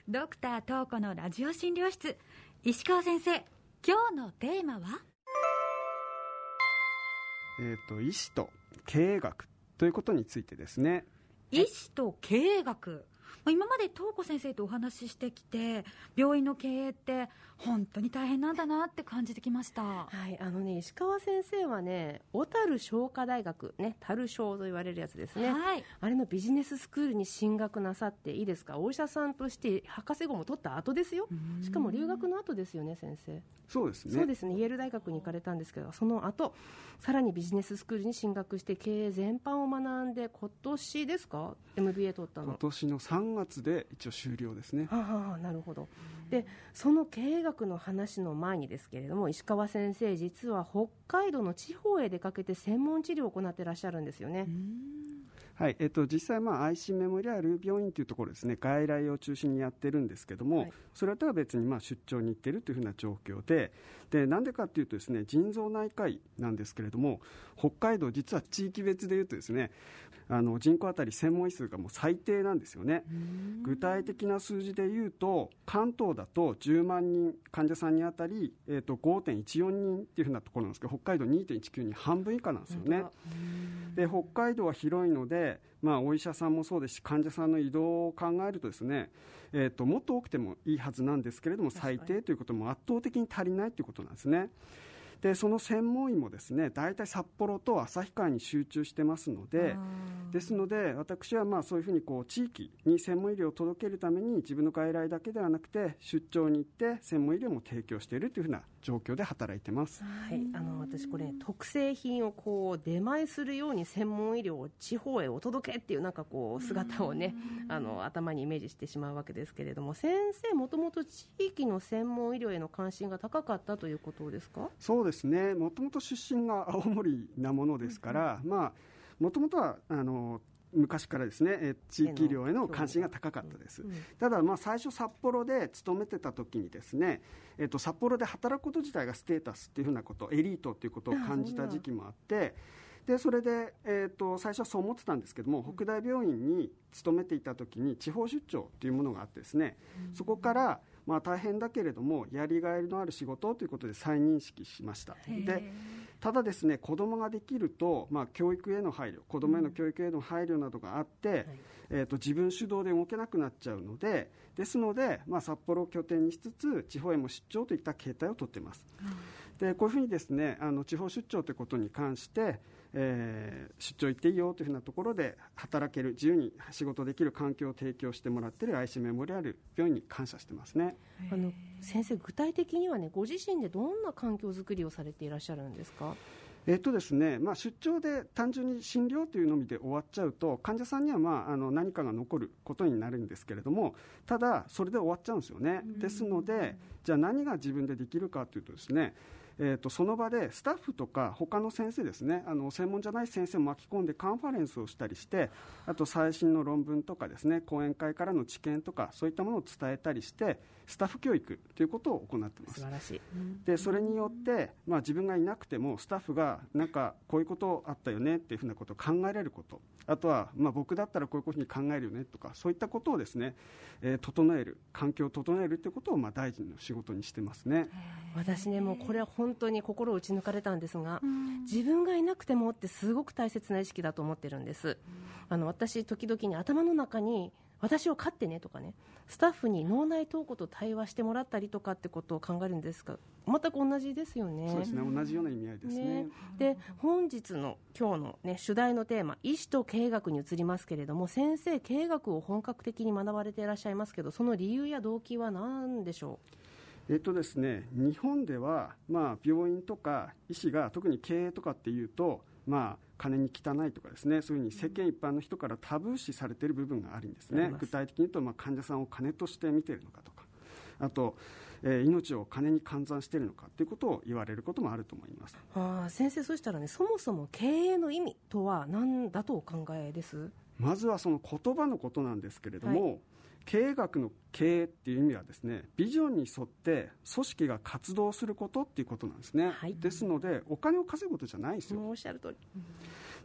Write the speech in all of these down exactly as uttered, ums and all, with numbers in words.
ドクター東子のラジオ診療室。石川先生、今日のテーマは、 えーと、医師と経営学ということについてですね。 医師と経営学、今まで東子先生とお話ししてきて、病院の経営って本当に大変なんだなって感じてきました。 はい、あのね、石川先生はね、小樽商科大学ね、樽商と言われるやつですね、 はい、 あれのビジネススクールに進学なさっていいですか。お医者さんとして博士号も取った後ですよ。しかも留学の後ですよね、先生。 そうですね。 そうですね、イェール大学に行かれたんですけど、その後さらにビジネススクールに進学して経営全般を学んで、今年ですか エムビーエー 取ったの。 今年のさんがつで一応終了ですね。 ははは、なるほど。でその経営学の話の前にですけれども、石川先生実は北海道の地方へ出かけて専門治療を行っていらっしゃるんですよね。 うん、はい、えっと、実際、まあ、アイシー メモリアル病院というところですね、外来を中心にやってるんですけども、はい、それとは別にまあ出張に行っているというふうな状況で、でなんでかというとですね、腎臓内科医なんですけれども、北海道実は地域別でいうとですね、あの人口あたり専門医数がもう最低なんですよね。具体的な数字でいうと、関東だとじゅうまんにん患者さんにあたり、えー、と ごてんいちよんにんっていうふうなところなんですけど、北海道 にてんいちきゅうにん、半分以下なんですよね。で北海道は広いので、まあ、お医者さんもそうですし、患者さんの移動を考えるとですね、えー、ともっと多くてもいいはずなんですけれども、最低ということも圧倒的に足りないということなんですね。でその専門医もですね、大体札幌と旭川に集中してますので、ですので私はまあそういうふうにこう地域に専門医療を届けるために、自分の外来だけではなくて出張に行って専門医療も提供しているというふうな状況で働いてます。 はい、あの私これ特製品をこう出前するように専門医療を地方へお届けっていうなんかこう姿をね、あの頭にイメージしてしまうわけですけれども、先生もともと地域の専門医療への関心が高かったということですか。 そうですね、もともと出身が青森なものですから、うんうん、まあもともとはあの昔からですね、地域医療への関心が高かったです。うんうん、ただまあ最初札幌で勤めてた時にですね、えっと、札幌で働くこと自体がステータスっていうふうなこと、エリートっていうことを感じた時期もあって、でそれで、えー、と最初はそう思ってたんですけども、北大病院に勤めていた時に地方出張というものがあってですね、うん、そこからまあ大変だけれどもやりがいのある仕事ということで再認識しました。でただですね、子供ができると、まあ、教育への配慮、子供への教育への配慮などがあって、うん、えー、と自分主導で動けなくなっちゃうので、ですので、まあ、札幌を拠点にしつつ地方へも出張といった形態をとっています。うん、でこういうふうにですね、あの地方出張ということに関して、えー、出張行っていいよというふうなところで働ける、自由に仕事できる環境を提供してもらっている アイシー メモリアル病院に感謝してますね。 あの先生、具体的にはね、ご自身でどんな環境づくりをされていらっしゃるんですか。 えっとですねまあ、出張で単純に診療というのみで終わっちゃうと、患者さんには、まあ、あの何かが残ることになるんですけれども、ただそれで終わっちゃうんですよね。ですので、じゃあ何が自分でできるかというとですね、えー、とその場でスタッフとか他の先生ですね、あの専門じゃない先生も巻き込んでカンファレンスをしたりして、あと最新の論文とかですね、講演会からの知見とかそういったものを伝えたりして、スタッフ教育ということを行っています。 素晴らしい。 でそれによって、まあ、自分がいなくてもスタッフがなんかこういうことあったよねっていうふうなことを考えられること、あとは、まあ、僕だったらこういうふうに考えるよねとか、そういったことをですね、えー、整える、環境を整えるということを、まあ、大臣の仕事にしてますね。 私ね、もうこれは本当に心を打ち抜かれたんですが、自分がいなくてもってすごく大切な意識だと思ってるんです。あの私時々に頭の中に私を飼ってねとかね、スタッフに脳内トークと対話してもらったりとかってことを考えるんですが、全く同じですよね。 そうですね、同じような意味合いですね。 ねで本日の今日の、ね、主題のテーマ、医師と経営学に移りますけれども、先生経営学を本格的に学ばれていらっしゃいますけど、その理由や動機は何でしょう。 えっとですね、日本では、まあ、病院とか医師が特に経営とかっていうと、まあ、金に汚いとかですね、そういうふうに世間一般の人からタブー視されている部分があるんですね。具体的に言うと、まあ、患者さんを金として見ているのかとか、あと、えー、命を金に換算しているのかということを言われることもあると思います。 あ、先生、そしたらね、そもそも経営の意味とは何だとお考えです。 まずはその言葉のことなんですけれども、はい、経営学の経営っていう意味はですね、ビジョンに沿って組織が活動することっていうことなんですね。はい、ですのでお金を稼ぐことじゃないんですよ。 もうおっしゃる通り。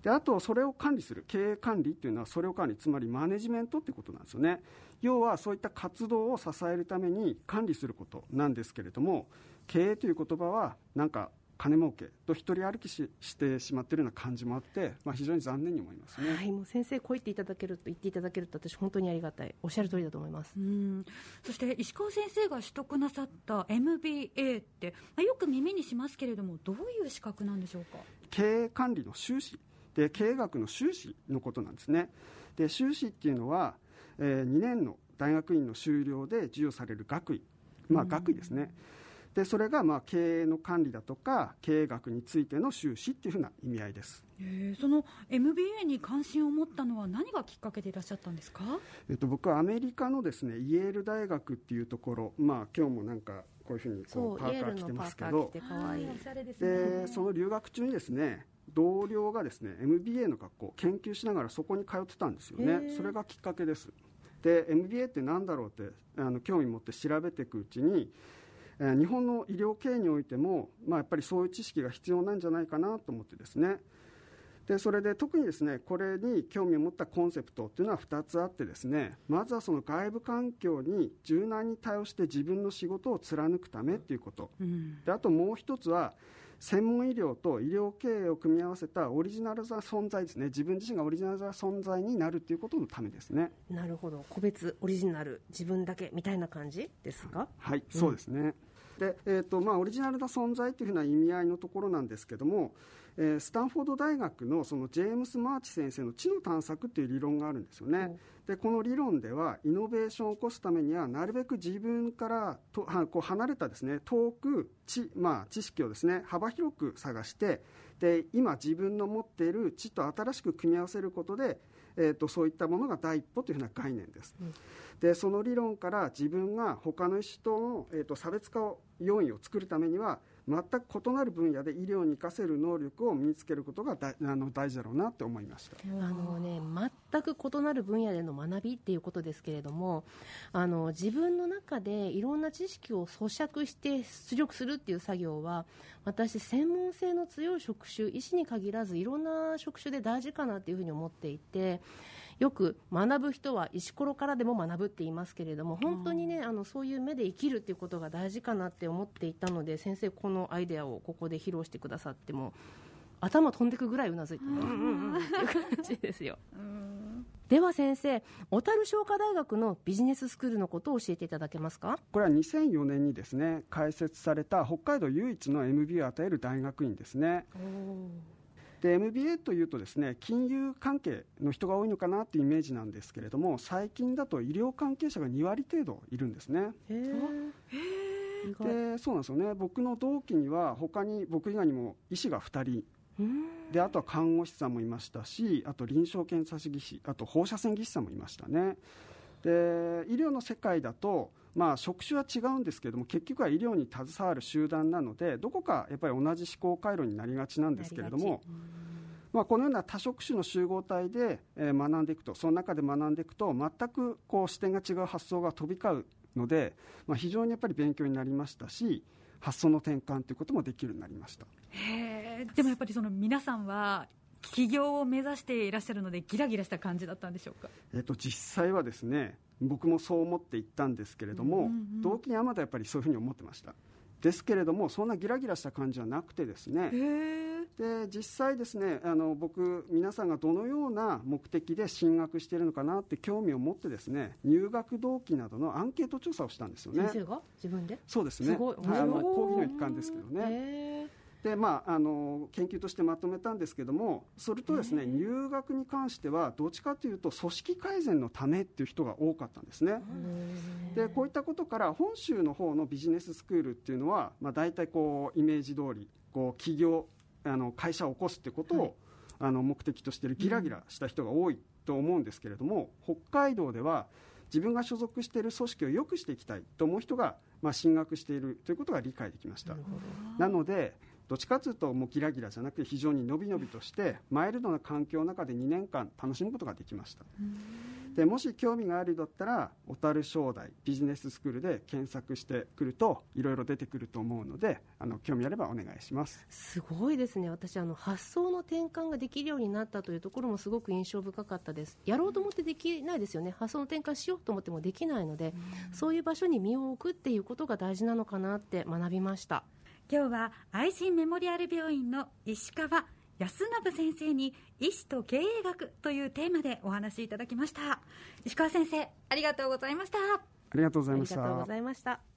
であとそれを管理する経営管理っていうのはそれを管理、つまりマネジメントってことなんですよね。要はそういった活動を支えるために管理することなんですけれども、経営という言葉はなんか金儲けと一人歩き し, してしまっているような感じもあって、まあ、非常に残念に思いますね。 はい、もう先生こう言っていただけると言っていただけると私本当にありがたい、おっしゃる通りだと思います。 うん、そして石川先生が取得なさった エムビーエー って、まあ、よく耳にしますけれども、どういう資格なんでしょうか。 経営管理の修士で、経営学の修士のことなんですね。で修士っていうのは、えー、にねんの大学院の修了で授与される学位、まあ、学位ですね。でそれがまあ経営の管理だとか経営学についての修士っていうふうな意味合いです。 えー、その エムビーエー に関心を持ったのは何がきっかけでいらっしゃったんですか。 えっと、僕はアメリカのですねイェール大学っていうところ、まあ、今日もなんかこういうふうにこうパーカー着てますけど、でその留学中にですね同僚がですね エムビーエー の学校を研究しながらそこに通ってたんですよね。それがきっかけです。で エムビーエー って何だろうってあの興味持って調べていくうちに、えー、日本の医療系においても、まあ、やっぱりそういう知識が必要なんじゃないかなと思ってですね、でそれで特にですねこれに興味を持ったコンセプトっていうのはふたつあってですね、まずはその外部環境に柔軟に対応して自分の仕事を貫くためっていうこと、うん、であともう一つは専門医療と医療経営を組み合わせたオリジナルな存在ですね。自分自身がオリジナルな存在になるということのためですね。 なるほど、個別オリジナル自分だけみたいな感じですか。 はい、うん、そうですね。で、えーとまあ、オリジナルな存在というふうな意味合いのところなんですけども、えー、スタンフォード大学 の, そのジェームス・マーチ先生の知の探索という理論があるんですよね。でこの理論ではイノベーションを起こすためにはなるべく自分からとはこう離れたですね遠く知、まあ、知識をですね幅広く探して、で今自分の持っている知と新しく組み合わせることで、えー、とそういったものが第一歩というふうな概念です、うん、でその理論から自分が他の医師との、えー、と差別化を要因を作るためには全く異なる分野で医療に生かせる能力を身につけることがだあの大事だろうなと思いました。 あの、ね、全く異なる分野での学びっていうことですけれども、あの自分の中でいろんな知識を咀嚼して出力するっていう作業は私専門性の強い職種、医師に限らずいろんな職種で大事かなというふうに思っていて、よく学ぶ人は石ころからでも学ぶって言いますけれども、本当にねあのそういう目で生きるっていうことが大事かなって思っていたので、先生このアイデアをここで披露してくださっても頭飛んでくぐらいうなずいて、うんうんうんっていう感じですよ。では先生、小樽商科大学のビジネススクールのことを教えていただけますか。 これはにせんよねんにですね開設された北海道唯一の エムビーエー を与える大学院ですね。で エムビーエー というとですね金融関係の人が多いのかなというイメージなんですけれども、最近だと医療関係者がにわり程度いるんですね。へーでそうなんですよね。僕の同期には他に僕以外にも医師がふたりで、あとは看護師さんもいましたし、あと臨床検査技師、あと放射線技師さんもいましたね。で医療の世界だと、まあ、職種は違うんですけれども結局は医療に携わる集団なのでどこかやっぱり同じ思考回路になりがちなんですけれども、まあ、このような多職種の集合体で、えー、学んでいくと、その中で学んでいくと全くこう視点が違う発想が飛び交うので、まあ、非常にやっぱり勉強になりましたし、発想の転換ということもできるようになりました。 へー、でもやっぱりその皆さんは起業を目指していらっしゃるのでギラギラした感じだったんでしょうか。 えっと、実際はですね僕もそう思っていったんですけれども、うんうんうん、動機にはまだやっぱりそういうふうに思ってました。ですけれどもそんなギラギラした感じはなくてですね、で実際ですねあの僕皆さんがどのような目的で進学しているのかなって興味を持ってですね入学動機などのアンケート調査をしたんですよね。 先生が自分で。 そうですね、 すごい、 はい、あの講義の一環ですけどね。でまあ、あの研究としてまとめたんですけども、それとですね入学に関してはどっちかというと組織改善のためっていう人が多かったんですね。でこういったことから本州の方のビジネススクールっていうのは、まあ、大体こうイメージ通りこう起業あの会社を起こすってことを、はい、あの目的としているギラギラした人が多いと思うんですけれども、うん、北海道では自分が所属している組織を良くしていきたいと思う人が、まあ、進学しているということが理解できました。なのでどっちかというともうギラギラじゃなくて非常にのびのびとしてマイルドな環境の中でにねんかん楽しむことができました。 でもし興味があるだったら小樽商大ビジネススクールで検索してくるといろいろ出てくると思うので、あの興味あればお願いします。 すごいですね。私あの発想の転換ができるようになったというところもすごく印象深かったです。やろうと思ってできないですよね。発想の転換しようと思ってもできないので、うん、そういう場所に身を置くっていうことが大事なのかなって学びました。 今日は愛心メモリアル病院の石川康信先生に医師と経営学というテーマでお話しいただきました。石川先生、ありがとうございました。 ありがとうございました。 ありがとうございました。